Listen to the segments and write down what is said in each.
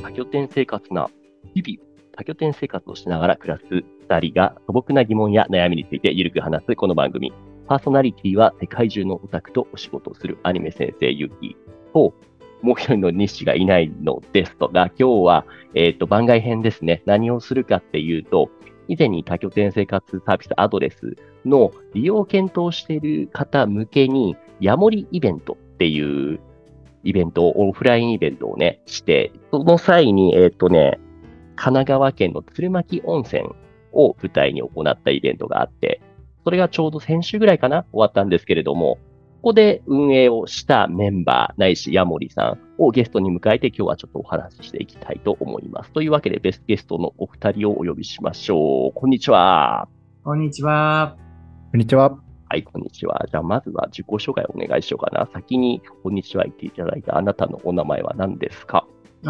多拠点生活な、日々、多拠点生活をしながら暮らす二人が素朴な疑問や悩みについてゆるく話すこの番組。パーソナリティは世界中のオタクとお仕事をするアニメ先生ユキと、もう一人の西がいないのですとが、今日は、番外編ですね。何をするかっていうと、以前に多拠点生活サービスアドレスの利用を検討している方向けに、ヤモリイベントっていうイベントを、オフラインイベントをね、して、その際に、神奈川県の鶴巻温泉を舞台に行ったイベントがあって、それがちょうど先週ぐらいかな、終わったんですけれども、ここで運営をしたメンバーないしヤモリさんをゲストに迎えて今日はちょっとお話ししていきたいと思います。というわけでゲストのお二人をお呼びしましょう。こんにちは。 こんにちは。 こんにちは。 はい、こんにちは。じゃあまずは自己紹介をお願いしようかな。先にこんにちは言っていただいたあなたのお名前は何ですか？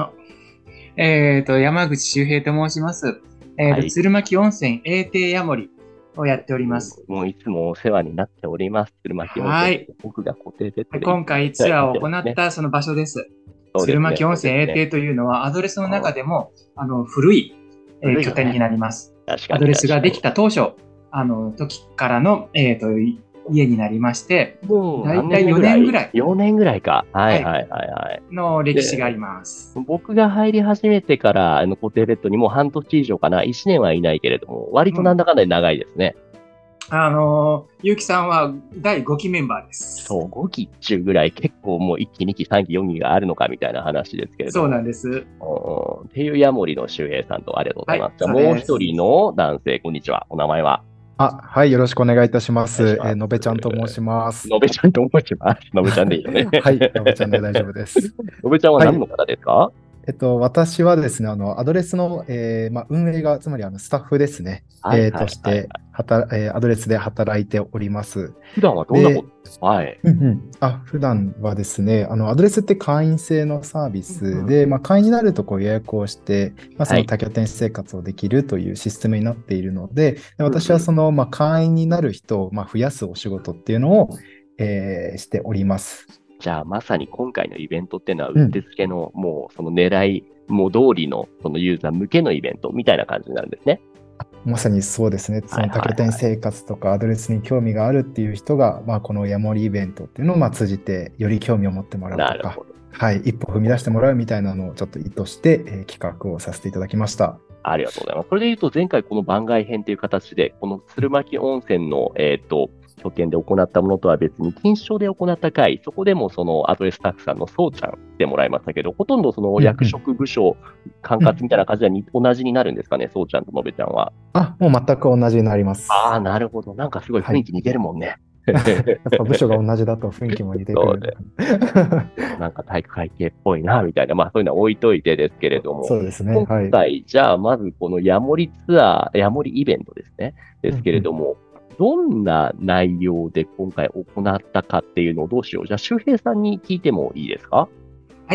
山口周平と申します。 はい、 鶴巻温泉永定ヤモリをやっております。 もういつもお世話になっております。鶴巻温泉。 はい。 僕が固定設定で今回ツアーを行ったその場所です。 そうですね。 鶴巻温泉永定というのはアドレスの中でも古い拠点になります。アドレスができた当初、時からの、家になりまして、だいたい4年ぐらい。 4年ぐらいか。はいはいはいはい。 の歴史があります。 僕が入り始めてから、固定ベッドにもう半年以上かな。1年はいないけれども、割となんだかんだで長いですね。 ゆうきさんは第5期メンバーです。 そう、5期っちゅうぐらい結構もう1期、2期、3期、4期があるのかみたいな話ですけれども。 そうなんです。 っていうヤモリの周平さんとありがとうございます。じゃあもう一人の男性、こんにちは。お名前は？ はい、よろしくお願いいたします。のべちゃんと申します。 のべちゃんと申します。のべちゃんでいいよね。 はい、のべちゃんで大丈夫です。 のべちゃんは何の方ですか？ 私はですね、アドレスの、運営が、つまりスタッフですね、として、アドレスで働いております。 普段はどんなことですか？はい。 普段はですね、アドレスって会員制のサービスで、会員になると予約をして、その多拠点生活をできるというシステムになっているので、私はその、会員になる人を、増やすお仕事っていうのを、しております。 じゃあまさに今回のイベントっていうのは、うってつけの、もうその狙い、もう通りのそのユーザー向けのイベントみたいな感じになるんですね。 まさにそうですね。その多拠点生活とかアドレスに興味があるっていう人が、このヤモリイベントっていうのを通じてより興味を持ってもらうとか、一歩踏み出してもらうみたいなのをちょっと意図して、企画をさせていただきました。 ありがとうございます。それで言うと前回この番外編という形で、この鶴巻温泉の、拠点で行ったものとは別に、錦糸町で行った回、そこでもそのアドレススタッフさんのそうちゃん来てもらいましたけど、ほとんどその役職部署、管轄みたいな感じで同じになるんですかね、そうちゃんとのべちゃんは。 もう全く同じになります。 なるほど。なんかすごい雰囲気似てるもんね。 やっぱ部署が同じだと雰囲気も似てくる。 なんか体育会系っぽいな、みたいな、そういうのは置いといてですけれども。 そうですね。 今回、じゃあまずこのヤモリツアー、ヤモリイベントですね。ですけれども、どんな内容で今回行ったかっていうのをどうしよう。じゃあ周平さんに聞いてもいいですか？ はい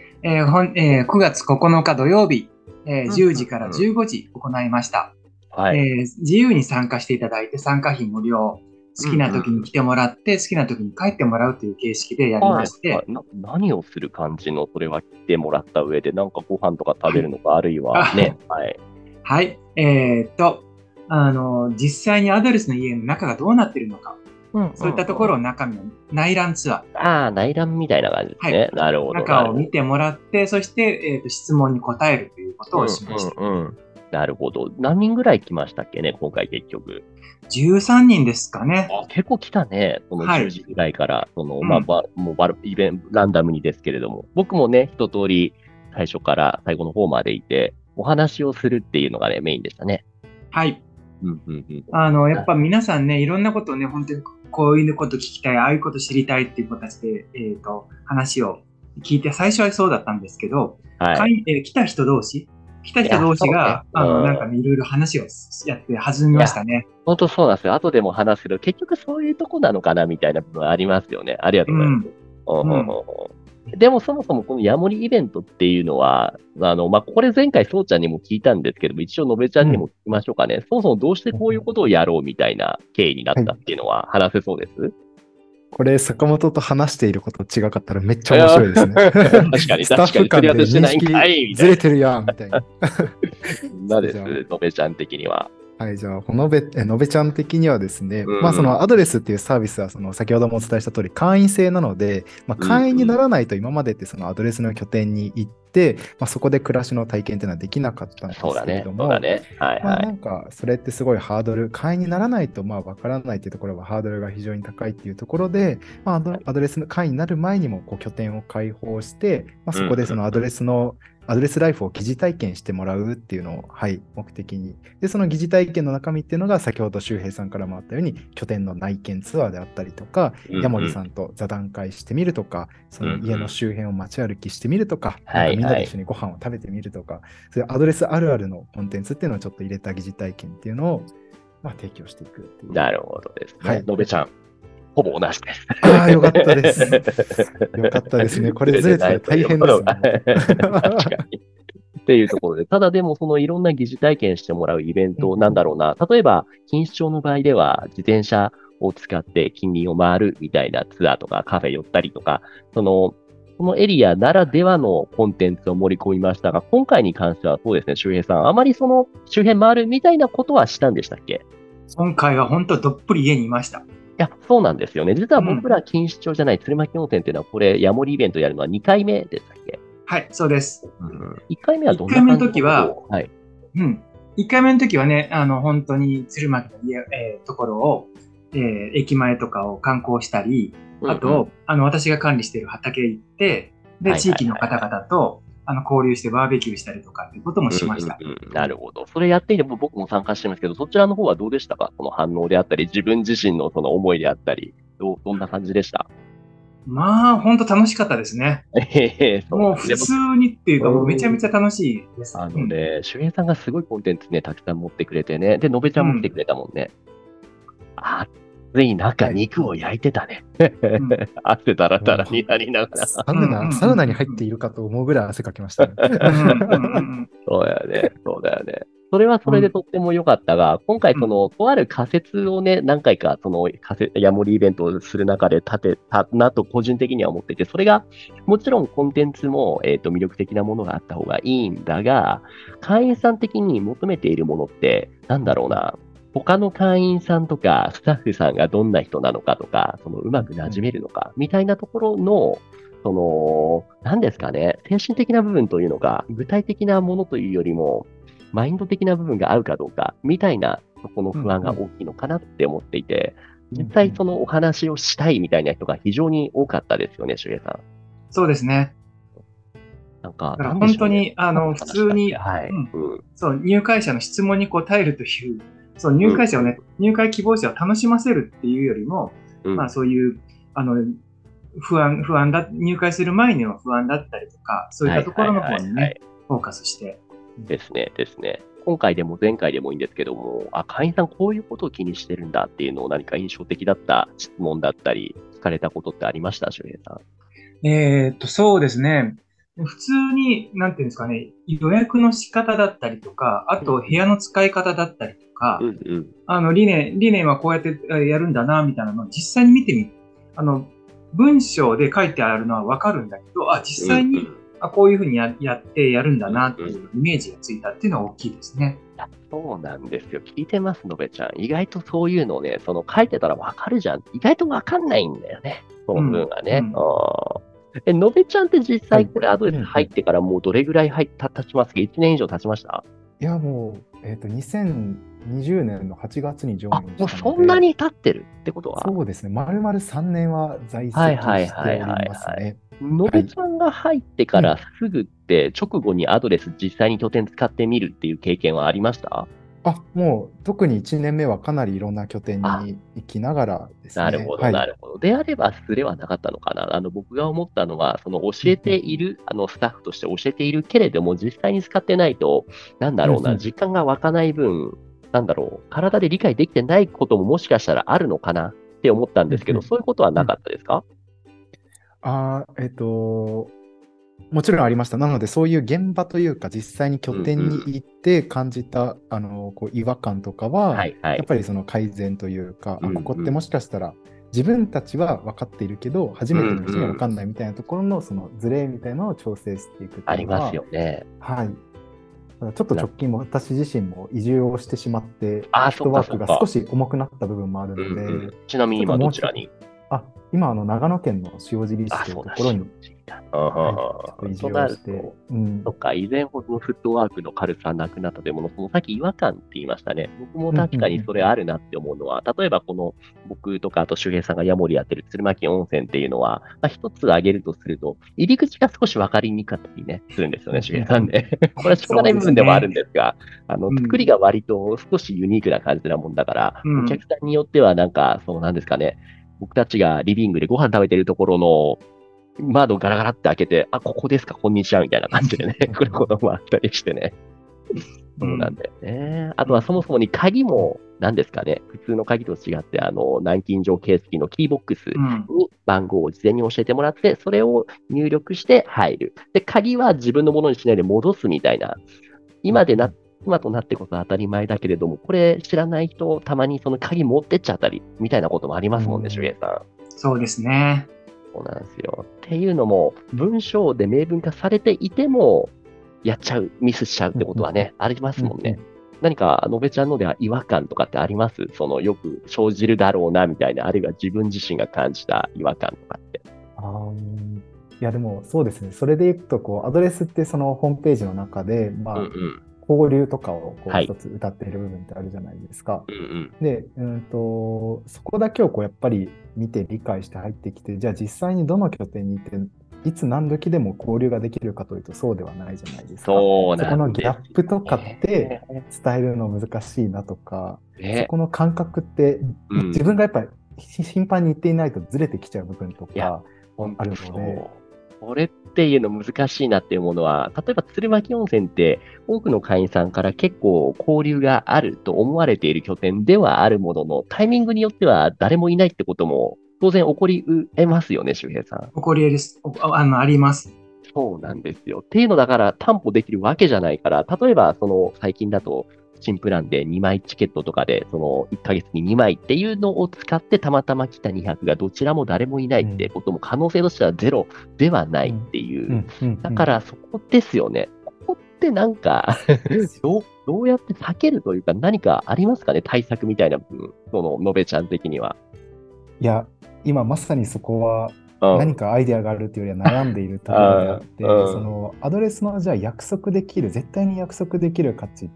。9月9日土曜日、10時から15時行いました。自由に参加していただいて、参加費無料。好きな時に来てもらって、好きな時に帰ってもらうという形式でやりまして。 何をする感じの、それは来てもらった上で、なんかご飯とか食べるのか、あるいはね。 はい。実際にアドレスの家の中がどうなっているのか。そういったところを中身の内覧ツアー。内覧みたいな感じですね。なるほど。 中を見てもらって、そして、質問に答えるということをしました。 なるほど。何人ぐらい来ましたっけね、今回結局。 13人ですかね。 結構来たね。その10時ぐらいから、もうイベント、ランダムにですけれども。僕もね、一通り最初から最後の方までいて、お話をするっていうのがね、メインでしたね。 はい。やっぱ皆さんね、いろんなことをね、本当にこういうこと聞きたい、ああいうこと知りたいっていう形で、話を聞いて、最初はそうだったんですけど、来た人同士が、なんかね、いろいろ話をやって弾みましたね。 本当そうなんですよ。後でも話すけど、結局そういうとこなのかなみたいな部分ありますよね。ありがとうございます。でもそもそもこのヤモリイベントっていうのは、これ前回そうちゃんにも聞いたんですけども、一応のべちゃんにも聞きましょうかね。そもそもどうしてこういうことをやろうみたいな経緯になったっていうのは話せそうです？ これ、坂本と話していること違かったらめっちゃ面白いですね。 確かに、 スタッフ間で認識ずれてるやん、みたいな。 なです、のべちゃん的には。 はい、じゃあ、のべちゃん的にはですね、そのアドレスっていうサービスは、先ほどもお伝えした通り、会員制なので、会員にならないと今までってそのアドレスの拠点に行って、そこで暮らしの体験っていうのはできなかったんですけれども、なんか、それってすごいハードル、会員にならないとわからないっていうところはハードルが非常に高いっていうところで、アドレスの会員になる前にも拠点を開放して、そこでそのアドレスライフを疑似体験してもらうっていうのを、目的に。で、その疑似体験の中身っていうのが、先ほど周平さんからもあったように、拠点の内見ツアーであったりとか、ヤモリさんと座談会してみるとか、その家の周辺を街歩きしてみるとか、みんなで一緒にご飯を食べてみるとか、そういうアドレスあるあるのコンテンツっていうのをちょっと入れた疑似体験っていうのを、提供していくっていう。 なるほどですね。のべちゃん。ほぼ同じです。 ああ、よかったです。よかったですね。これずれてたら大変ですね。 確かに。っていうところで、ただでもそのいろんな疑似体験してもらうイベントなんだろうな。例えば、錦糸町の場合では自転車を使って近隣を回るみたいなツアーとかカフェ寄ったりとか、そのエリアならではのコンテンツを盛り込みましたが、今回に関してはそうですね、周平さん、あまりその周辺回るみたいなことはしたんでしたっけ？ 今回は本当どっぷり家にいました。 いや、そうなんですよね。実は僕ら錦糸町じゃない鶴巻温泉っていうのは、これ、ヤモリイベントやるのは2回目でしたっけ？ はい、そうです。 1回目はどんな感じの 1回目の時は、1回目の時はね、本当に鶴巻のところを、駅前とかを観光したり、あと、私が管理している畑行って、で、地域の方々と、交流してバーベキューしたりとかっていうこともしました。 なるほど。それやっていて僕も参加してますけど、そちらの方はどうでしたか？その反応であったり、自分自身のその思いであったり、どんな感じでした？ 本当楽しかったですね。もう普通にっていうか、もうめちゃめちゃ楽しいです。 周平さんがすごいコンテンツね、たくさん持ってくれてね。で、のべちゃんも来てくれたもんね。暑い中、肉を焼いてたね。汗だらだらになりながら。 サウナに入っているかと思うぐらい汗かきましたね。 そうやね。そうだよね。それはそれでとっても良かったが、今回とある仮説をね、何回かヤモリイベントをする中で立てたなと個人的には思っていて、それが、もちろんコンテンツも、魅力的なものがあった方がいいんだが、会員さん的に求めているものって、なんだろうな、他の会員さんとか、スタッフさんがどんな人なのかとか、うまく馴染めるのか、みたいなところの、何ですかね、精神的な部分というのが、具体的なものというよりも、マインド的な部分が合うかどうか、みたいな、そこの不安が大きいのかなって思っていて、実際そのお話をしたいみたいな人が非常に多かったですよね、周平さん。 そうですね。なんか、本当に、普通に、そう、入会者の質問に答えるという、そう、入会者をね、入会希望者を楽しませるっていうよりも、そういう、入会する前には不安だったりとか、そういったところの方にね、フォーカスして。 ですね。今回でも前回でもいいんですけども、会員さんこういうことを気にしてるんだっていうのを何か印象的だった質問だったり、聞かれたことってありました？周平さん。 そうですね。普通に、なんていうんですかね、予約の仕方だったりとか、あと部屋の使い方だったりとか、理念はこうやってやるんだな、みたいなのを実際に見てみる。文章で書いてあるのはわかるんだけど、実際に、こういうふうにやってやるんだなっていうイメージがついたっていうのは大きいですね。 そうなんですよ。聞いてます、のべちゃん。意外とそういうのをね、書いてたらわかるじゃん。意外とわかんないんだよね。その分がね。のべちゃんって実際これアドレス入ってからもうどれぐらい経ちますか？ 1 年以上経ちました？ いやもう、2020年の8月にジョインしたので。 もうそんなに経ってるってことは？ そうですね。丸々3年は在籍しておりますね。 のべちゃんが入ってからすぐって直後にアドレス実際に拠点使ってみるっていう経験はありました？ もう特に1年目はかなりいろんな拠点に行きながらですね。 なるほど、なるほど。であれば、すれはなかったのかな。僕が思ったのは、教えている、スタッフとして教えているけれども、実際に使ってないと、時間が湧かない分、体で理解できてないことももしかしたらあるのかなって思ったんですけど、そういうことはなかったですか？ もちろんありました。なので、そういう現場というか、実際に拠点に行って感じた、違和感とかは、やっぱりその改善というか、ここってもしかしたら自分たちは分かっているけど、初めての人には分かんないみたいなところのそのズレみたいなのを調整していくっていうのはありますよね。 はい。ちょっと直近も私自身も移住をしてしまって、フあ、 ットワークが少し重くなった部分もあるので、 ちなみに今どちらに？ 今長野県の塩尻市というところに、移住をして、 そっか、以前ほどのフットワークの軽さなくなったというもの、そのさっき違和感って言いましたね。僕も確かにそれあるなって思うのは、例えばこの僕とかあと周平さんがヤモリやってる鶴巻温泉っていうのは、一つ挙げるとすると、入り口が少し分かりにくかったりね、するんですよね、周平さんね。これはしょうがない部分でもあるんですが、作りが割と少しユニークな感じなもんだから、お客さんによってはなんか、なんですかね、僕たちがリビングでご飯食べてるところの窓ガラガラって開けて、ここですか、こんにちは、みたいな感じでね、来ることもあったりしてね。そうなんだよね。あとはそもそもに鍵も、何ですかね、普通の鍵と違って、南京錠形式のキーボックスに番号を事前に教えてもらって、それを入力して入る。で、鍵は自分のものにしないで戻すみたいな。今となってこそ当たり前だけれども、これ知らない人、たまにその鍵持ってっちゃったり、みたいなこともありますもんね、周平さん。 そうですね。 そうなんですよ。っていうのも、文章で明文化されていても、やっちゃう、ミスしちゃうってことはね、ありますもんね。何か、のべちゃんのでは違和感とかってあります？よく生じるだろうな、みたいな、あるいは自分自身が感じた違和感とかって。 いや、でもそうですね。それでいくと、アドレスってそのホームページの中で、交流とかを一つ歌っている部分ってあるじゃないですか。で、そこだけをやっぱり見て理解して入ってきて、じゃあ実際にどの拠点に行って、いつ何時でも交流ができるかというとそうではないじゃないですか。そこのギャップとかって伝えるの難しいなとか、そこの感覚って、自分がやっぱり頻繁に行っていないとずれてきちゃう部分とかあるので。 これっていうの難しいなっていうものは、例えば鶴巻温泉って多くの会員さんから結構交流があると思われている拠点ではあるものの、タイミングによっては誰もいないってことも当然起こり得ますよね、周平さん。 起こり得です。あります。 そうなんですよ。っていうのだから担保できるわけじゃないから、例えば最近だと新プランで2枚チケットとかで、1ヶ月に2枚っていうのを使ってたまたま来た200がどちらも誰もいないってことも可能性としてはゼロではないっていう。だからそこですよね。ここってなんかどうやって避けるというか何かありますかね、対策みたいな部分、のべちゃん的には。 いや、今まさにそこは何かアイデアがあるというよりは悩んでいるところであって、アドレスのじゃあ絶対に約束できる価値って、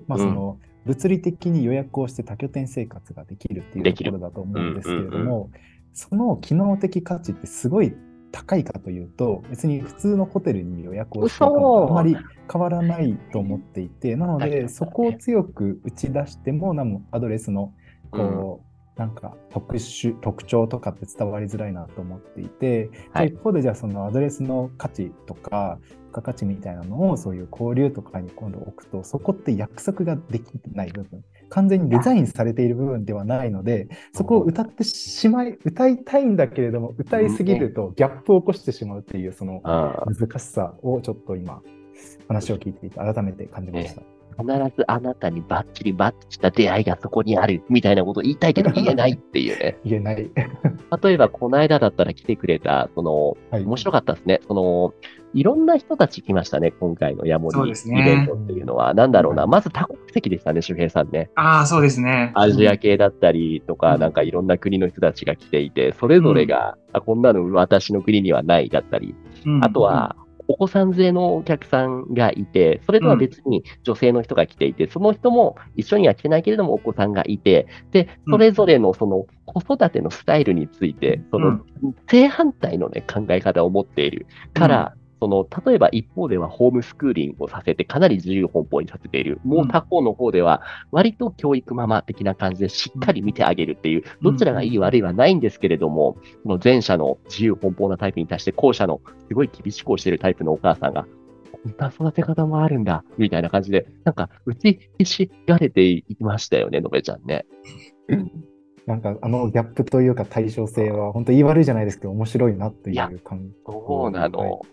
物理的に予約をして多拠点生活ができるっていうところだと思うんですけれども、その機能的価値ってすごい高いかというと、別に普通のホテルに予約をしていくのとあまり変わらないと思っていて、なのでそこを強く打ち出しても、アドレスのなんか特徴とかって伝わりづらいなと思っていて、一方でじゃあそのアドレスの価値とか付加価値みたいなのをそういう交流とかに今度置くと、そこって約束ができない部分、完全にデザインされている部分ではないので、そこを歌いたいんだけれども、歌いすぎるとギャップを起こしてしまうっていうその難しさをちょっと今話を聞いていて改めて感じました。 必ずあなたにバッチリマッチした出会いがそこにあるみたいなことを言いたいけど言えないっていうね。 言えない。 例えばこの間だったら来てくれた、面白かったですね。いろんな人たち来ましたね、今回のヤモリイベントっていうのは。なんだろうな、まず多国籍でしたね、周平さんね。 そうですね。 アジア系だったりとか、なんかいろんな国の人たちが来ていて、それぞれが、こんなの私の国にはないだったり、あとは、お子さん連れのお客さんがいて、それとは別に女性の人が来ていて、その人も一緒には来てないけれどもお子さんがいて、で、それぞれのその子育てのスタイルについて、正反対のね、考え方を持っているから、例えば一方ではホームスクーリングをさせてかなり自由奔放にさせている。もう他方の方では割と教育ママ的な感じでしっかり見てあげるっていう、どちらがいい悪いはないんですけれども、その前者の自由奔放なタイプに対して後者のすごい厳しくしているタイプのお母さんが、こんな育て方もあるんだ、みたいな感じで、なんか打ちひしがれていましたよね、のべちゃんね。 なんかギャップというか対称性は本当言い悪いじゃないですけど面白いなっていう感じ。 そうなの。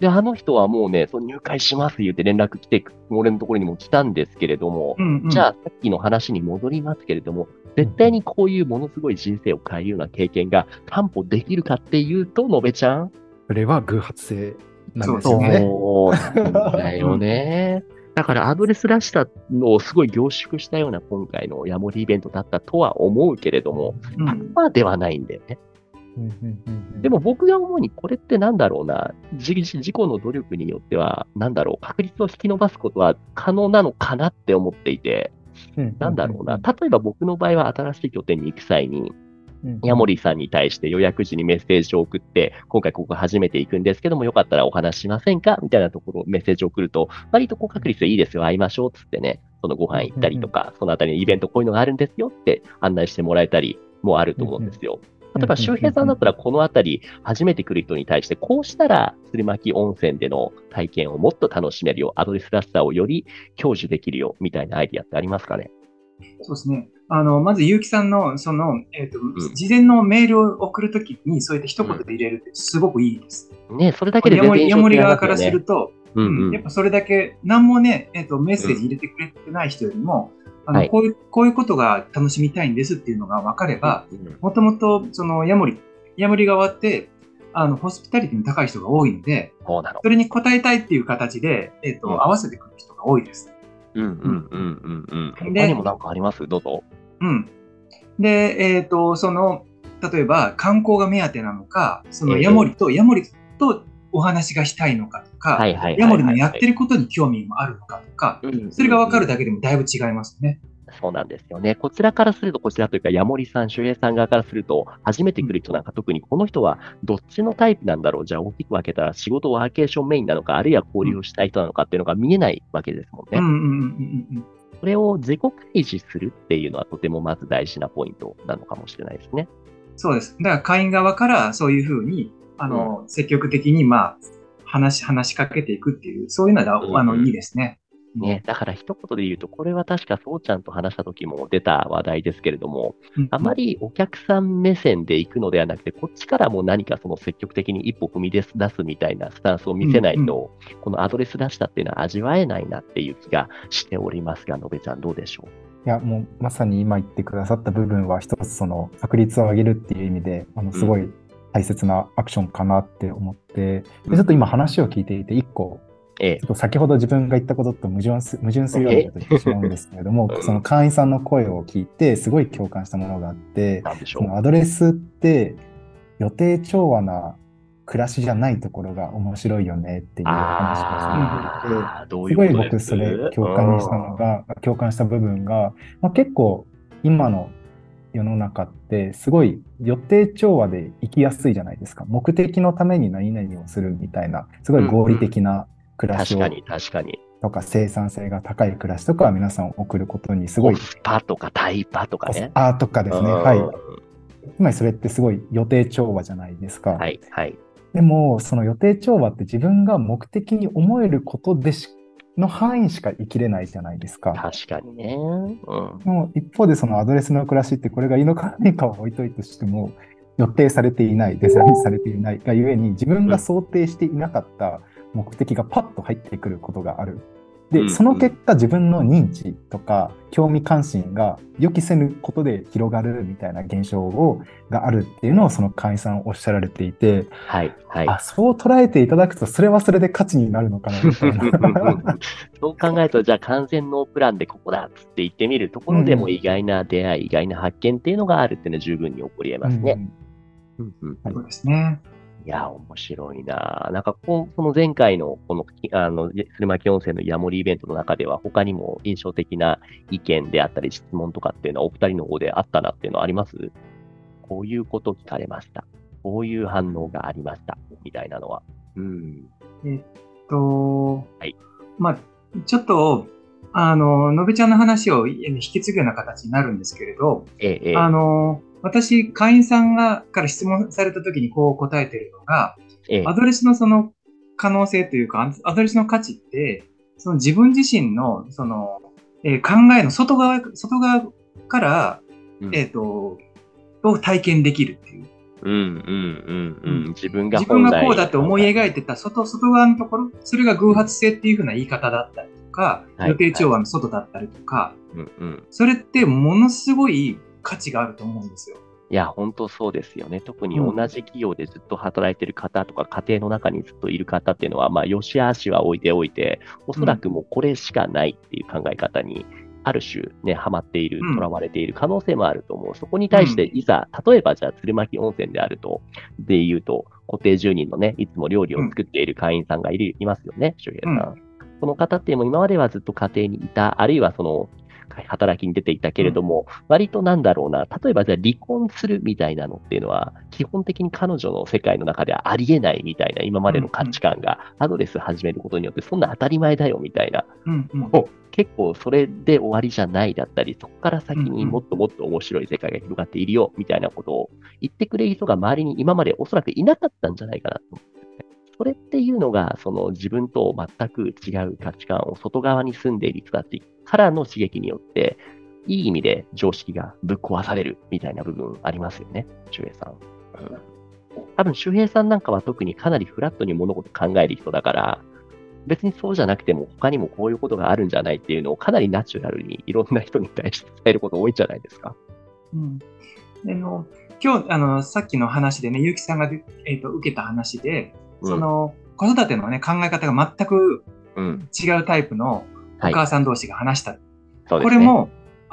で、あの人はもうね、その入会します言って連絡来て、俺のところにも来たんですけれども、じゃあさっきの話に戻りますけれども、絶対にこういうものすごい人生を変えるような経験が担保できるかっていうと、のべちゃん。 それは偶発性なんですよね。 そうなんだよね。だからアドレスらしさのをすごい凝縮したような今回のヤモリイベントだったとは思うけれども、まあではないんだよね。でも僕が思うにこれってなんだろうな、自己の努力によっては、なんだろう、確率を引き伸ばすことは可能なのかなって思っていて、なんだろうな、例えば僕の場合は新しい拠点に行く際に、ヤモリさんに対して予約時にメッセージを送って、今回ここ初めて行くんですけども、よかったらお話ししませんかみたいなところメッセージを送ると、割と高確率でいいですよ、会いましょうっつってね、そのご飯行ったりとか、そのあたりのイベントこういうのがあるんですよって案内してもらえたりもあると思うんですよ。例えば周平さんだったらこのあたり初めて来る人に対してこうしたら鶴巻温泉での体験をもっと楽しめるよ、アドレスらしさをより享受できるよみたいなアイディアってありますかね？ そうですね。まず、結城さんの、事前のメールを送るときに、そうやって一言で入れるってすごくいいです。 ね、それだけで全然ヤモリ側からすると、やっぱそれだけ、何もね、メッセージ入れてくれてない人よりも、こういうことが楽しみたいんですっていうのが分かれば、もともと、ヤモリ側って、ホスピタリティの高い人が多いので、それに応えたいっていう形で、合わせてくる人が多いです。 他にも何かあります？どうぞ。 で、例えば観光が目当てなのか、ヤモリとお話がしたいのかとか、ヤモリのやってることに興味もあるのかとか、それが分かるだけでもだいぶ違いますね。 そうなんですよね。こちらからすると、こちらというか、ヤモリさん、周平さん側からすると、初めて来る人なんか特にこの人はどっちのタイプなんだろう。じゃあ大きく分けたら仕事ワーケーションメインなのか、あるいは交流をしたい人なのかっていうのが見えないわけですもんね。それを自己開示するっていうのはとてもまず大事なポイントなのかもしれないですね。 そうです。だから会員側からそういうふうに、積極的に話しかけていくっていう、そういうのが、いいですね。 ね、だから一言で言うと、これは確かそうちゃんと話した時も出た話題ですけれども、あまりお客さん目線で行くのではなくて、こっちからも何かその積極的に一歩踏み出すみたいなスタンスを見せないと、このアドレス出したっていうのは味わえないなっていう気がしておりますが、のべちゃんどうでしょう？ いや、もうまさに今言ってくださった部分は一つその確率を上げるっていう意味で、すごい大切なアクションかなって思って、ちょっと今話を聞いていて一個、ちょっと先ほど自分が言ったことと矛盾するようなことを言ってしまうんですけれども、その会員さんの声を聞いてすごい共感したものがあって、そのアドレスって予定調和な暮らしじゃないところが面白いよねっていう話をしていて、すごい僕それ共感した部分が、結構今の世の中ってすごい予定調和で生きやすいじゃないですか。目的のために何々をするみたいな、すごい合理的な暮らしを、 確かにとか生産性が高い暮らしとかは皆さん送ることにすごい。 コスパとかタイパとかね。 コスパとかですね。はい。つまりそれってすごい予定調和じゃないですか。 はいはい。 でもその予定調和って自分が目的に思えることでの範囲しか生きれないじゃないですか。 確かにね。 もう一方でそのアドレスの暮らしってこれがいいのかないかは置いといてしても予定されていない、デザインされていないがゆえに自分が想定していなかった目的がパッと入ってくることがある。で、その結果自分の認知とか興味関心が予期せぬことで広がるみたいな現象があるっていうのをその会員さんおっしゃられていて、 はいはい、 そう捉えていただくとそれはそれで価値になるのかなみたいなそう考えるとじゃあ完全ノープランでここだっつって言ってみるところでも意外な出会い、意外な発見っていうのがあるっていうのは十分に起こり得ますね。 そうですね。 いや、面白いな。なんかその前回のこの鶴巻温泉のヤモリイベントの中では他にも印象的な意見であったり質問とかっていうのはお二人の方であったなっていうのはあります？こういうこと聞かれました。こういう反応がありました。みたいなのは。 はい。ちょっと、のべちゃんの話を引き継ぐような形になるんですけれど、私、会員さんから質問されたときにこう答えているのが、アドレスのその可能性というか、アドレスの価値って、その自分自身のその、考えの外側から、を体験できるっていう。 うんうんうんうん。自分が自分がこう本来、 だって思い描いてた外側のところ、それが偶発性っていう風な言い方だったりとか、予定調和の外だったりとか、 うんうん。 それってものすごい価値があると思うんですよ。 いや、本当そうですよね。特に同うん。 じ企業でずっと働いてる方とか、家庭の中にずっといる方っていうのは、まあ、良し悪しは置いておいて、おそらくもうこれしかないっていう考え方に、ある種ね、ハマっている、 うん。 囚われている可能性もあると思う。そこに対して、 うん。 いざ、例えばじゃあ、鶴巻温泉であると、で言うと、固定住人のね、いつも料理をうん。 作っている会員さんがいますよね、周うん。 平さん。その方っていうのも今まではずっと家庭にいた、あるいはその、働きに出ていたけうん。 れども、割となんだろうな、例えばじゃあ離婚するみたいなのっていうのは、基本的に彼女の世界の中ではありえないみたいな今までのうん。うん。 価値観がアドレス始めることによって、そんな当たり前だよみたいな、 うん。うん。 もう結構それで終わりじゃないだったり、そこからうん。 先にもうん。 っともっと面白い世界が広がっているよみたいなことを言ってくれる人が周りに今までおそらくいなかったんじゃないかなと思うんですね。それっていうのが、その自分と全く違う価値観を外側に住んでいる人たちからの刺激によって、いい意味で常識がぶっ壊されるみたいな部分ありますよね、周平さん。うん、多分、周平さんなんかは特にかなりフラットに物事考える人だから、別にそうじゃなくても他にもこういうことがあるんじゃないっていうのをかなりナチュラルにいろんな人に対して伝えること多いんじゃないですか。 うん。あの、今日、さっきの話でね、結城さんが受けた話で、 うん。 子育てのね、考え方が全くうん。 違うタイプのおはい。 母さん同士が話した。 そうですね。 これも、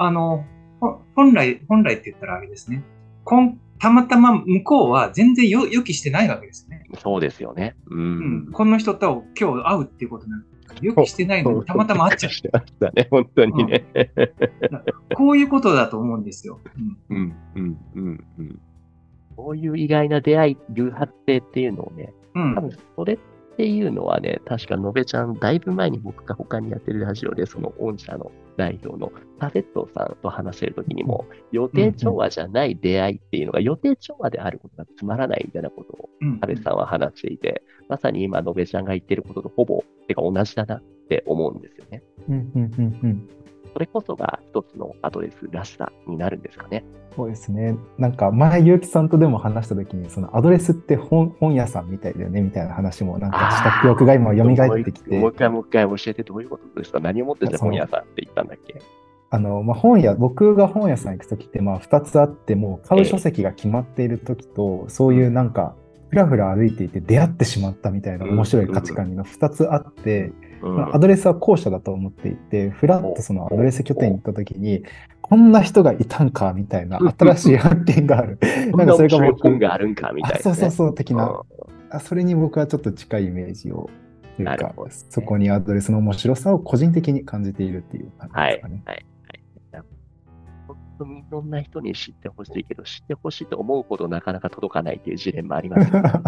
本来って言ったらあれですね。たまたま向こうは全然予期してないわけですよね。 そうですよね。ううん。 ん。 この人と今日会うっていうことなんか予期してないのにたまたま会っちゃう。 してましたね、本当にうん。 ね。 こういうことだと思うんですよ。 うん、うん、うん、うん。こういう意外な出会い、偶発性っていうのをね、 うん。うん。 多分それっていうのはね、確かのべちゃん、だいぶ前に僕が他にやってるラジオで、その御社の代表のタフェットさんと話してる時にも、予定うん。うん。 調和じゃない出会いっていうのが予定調和であることがつまらないみたいなことをうん。 タフェさんは話していて、まさに今のべちゃんが言ってることとほぼ、てか同じだなって思うんですよね。 うんうんうんうん。 それこそが一つのアドレスらしさになるんですかね。 そうですね。なんか前、結城さんとでも話したときに、そのアドレスって本屋さんみたいだよねみたいな話もなんかした記ああ、 憶が今蘇っもうてきて、 もう一回教えてどういうことですか？何をもってじゃその本屋さんって言ったんだっけ？ 僕が本屋さん行くときって、2つあって、もう買う書ええ。 籍が決まっているときと、そういううん、 なんか、ふらふら歩いていて出会ってしまったみたいなうん、 面白いうん、 価値観の2つあって、 うん。 アドレスは後者だと思っていて、ふらっとほう、 そのアドほう、 レス拠点に行ほったときに、こんな人がいたんかみたいなう。 新しい発見がある。 こんなんかそれがな面白い本僕、 があるんかみたいなね。 そうそうそう的な、 うそれに僕はちょっと近いイメージを、とん、 いうか、 なるほどね。 そこにアドレスの面白さを個人的に感じているっていう感じはい、 ですかね。 はい、はい。本当にいろんな人に知ってほしいけど、知ってほしいと思うほどなかなか届かないっていうジレンマありますよね。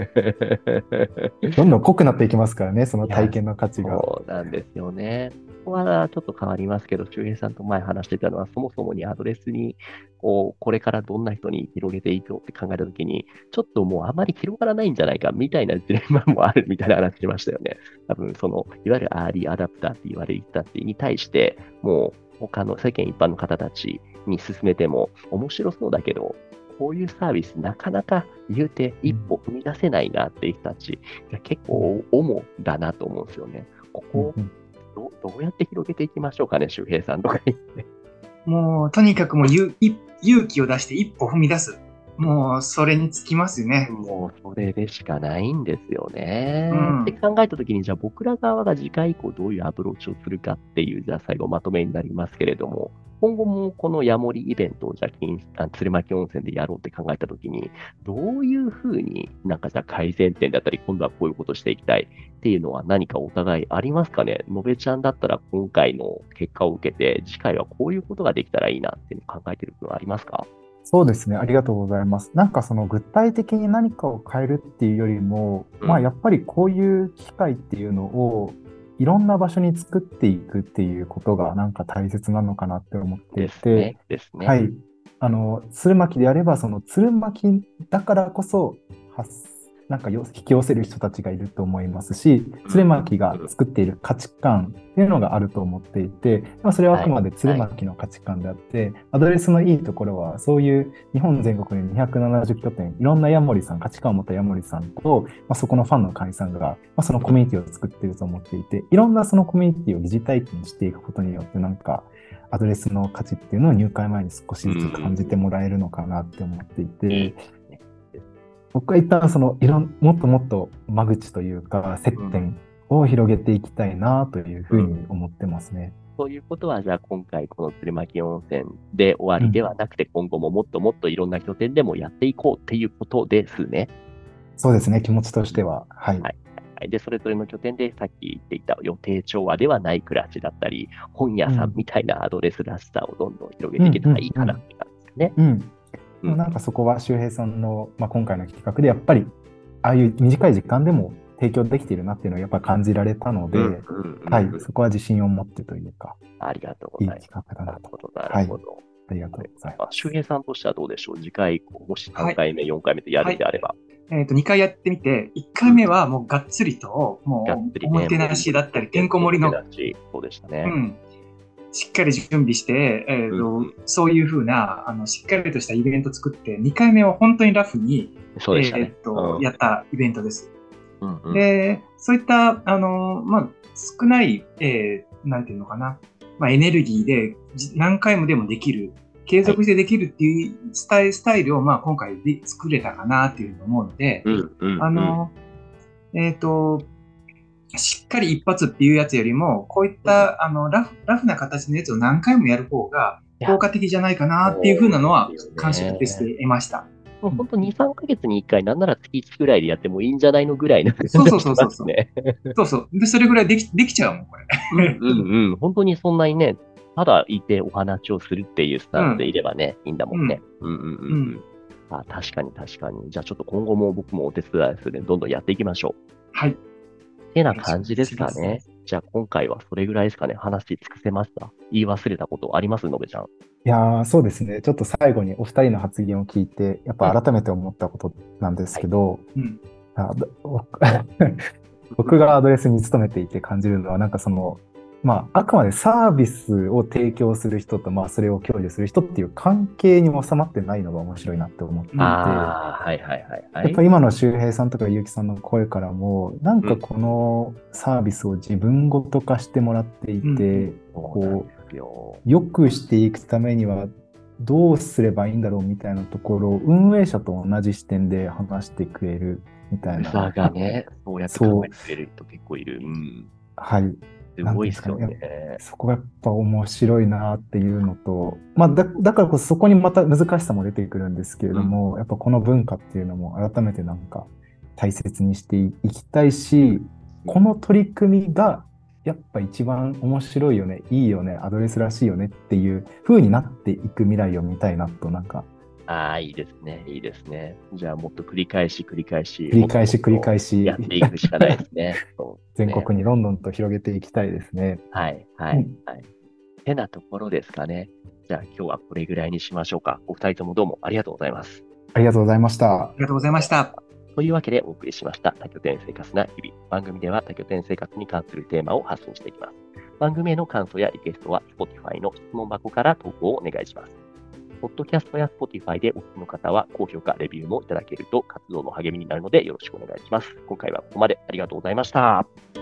どんどん濃くなっていきますからね、そのいや、 体験の価値が。 そうなんですよね。ここはちょっと変わりますけど、周平さんと前話してたのは、そもそもにアドレスに、これからどんな人に広げていこうって考えたときに、ちょっともうあまり広がらないんじゃないかみたいなジレンマもあるみたいな話しましたよね。多分、いわゆるアーリーアダプターって言われる人たちに対して、もう他の世間一般の方たちに勧めても面白そうだけど、こういうサービスなかなか言うて一歩踏み出せないなっていう人たちが結構主だなと思うんですよね。ここをどうやって広げていきましょうかね、周平さんとか言って。 もう、とにかくもう勇気を出して一歩踏み出す。もう、それにつきますよね。 もうそれでしかないんですよね。ってうん。 考えたときに、じゃあ僕ら側が次回以降どういうアプローチをするかっていう、じゃあ最後まとめになりますけれども、今後もこのヤモリイベントをじゃあ鶴巻温泉でやろうって考えたときに、どういうふうになんかじゃあ改善点だったり、今度はこういうことしていきたいっていうのは何かお互いありますかね？のべちゃんだったら今回の結果を受けて、次回はこういうことができたらいいなっていうのを考えてるのはありますか？ そうですね。ありがとうございます。なんかその具体的に何かを変えるっていうよりも、 うん。 やっぱりこういう機会っていうのをいろんな場所に作っていくっていうことがなんか大切なのかなって思っていて、 ですね。ですね。 はい。鶴巻であれば、その鶴巻だからこそ発なんか引き寄せる人たちがいると思いますし、鶴巻が作っている価値観っていうのがあると思っていて、それはあくまで鶴巻の価値観であって、アドレスのいいところは、そういう日本全国に270拠点、いろんなヤモリさん、価値観を持ったヤモリさんと、そこのファンの会員さんが、そのコミュニティを作っていると思っていて、いろんなそのコミュニティを疑似体験していくことによって、なんか、アドレスの価値っていうのを入会前に少しずつ感じてもらえるのかなって思っていて、僕は一旦もっともっと間口というか接点を広げていきたいなというふうに思ってますね。 そういうことは、じゃあ今回この鶴巻温泉で終わりではなくて、今後ももっともっといろんな拠点でもやっていこうっていうことですね。 そうですね、気持ちとしては。はい。 で、それぞれの拠点でさっき言っていた予定調和ではない暮らしだったり、本屋さんみたいなアドレスらしさをどんどん広げていけたらいいかなって感じですね。 なんかそこは周平さんの、今回の企画でやっぱりああいう短い時間でも提供できているなっていうのをやっぱり感じられたので、そこは自信を持ってというか、 ありがとうございます。 いい企画だなと。 なるほど。 ありがとうございます。 周平さんとしてはどうでしょう？次回、もし3回目、4回目でやるであれば。 2回やってみて、1回目はもうがっつりと、もうおもてなしだったり、てんこ盛りの、 そうでしたね。 しっかり準備して、そういうふうなしっかりとしたイベント作って、2回目は本当にラフに、やったイベントです。で、そういった、少ない、なんていうのかな、エネルギーで何回もでもできる、継続してできるっていうスタイルを、今回で作れたかなっていうふうに思うので、しっかり一発っていうやつよりも、こういったラフな形のやつを何回もやる方が効果的じゃないかなっていうふうなのは感触として得ました。 もう本当2、3ヶ月に1回、なんなら月1くらいでやってもいいんじゃないのぐらいの。 そう。で、それぐらいできちゃうもん、これ。 本当にそんなにね、ただいてお話をするっていうスタンスでいればね、いいんだもんね。確かに。じゃあちょっと今後も僕もお手伝いするので、どんどんやっていきましょう。 はい。 ってな感じですかね。じゃあ今回はそれぐらいですかね。話し尽くせました？言い忘れたことあります？のべちゃん。 いやー、そうですね。ちょっと最後にお二人の発言を聞いて、やっぱ改めて思ったことなんですけど、僕がアドレスに勤めていて感じるのは、なんかあくまでサービスを提供する人と、それを享受する人っていう関係に収まってないのが面白いなって思っていて、やっぱり今の周平さんとか結城さんの声からも、なんかこのサービスを自分ごと化してもらっていて、良くしていくためにはどうすればいいんだろうみたいなところを運営者と同じ視点で話してくれるみたいな。 がね、そうやって考えてくれる人結構いる。 はい。 すごいですよね。 そこがやっぱ面白いなっていうのと、だからこそそこにまた難しさも出てくるんですけれども、やっぱこの文化っていうのも改めてなんか大切にしていきたいし、この取り組みがやっぱ一番面白いよね、いいよね、アドレスらしいよねっていう風になっていく未来を見たいなとなんか。 いいですね。じゃあもっと繰り返しやっていくしかないですね。 全国にどんどんと広げていきたいですね。 てなところですかね。じゃあ今日はこれぐらいにしましょうか。お二人ともどうもありがとうございます。 ありがとうございました。 ありがとうございました。 というわけでお送りしました多拠点生活な日々。番組では多拠点生活に関するテーマを発信していきます。番組への感想やリクエストは Spotify の質問箱から投稿をお願いします。ポッドキャストや Spotify でお聞きの方は高評価、レビューもいただけると活動の励みになるのでよろしくお願いします。今回はここまでありがとうございました。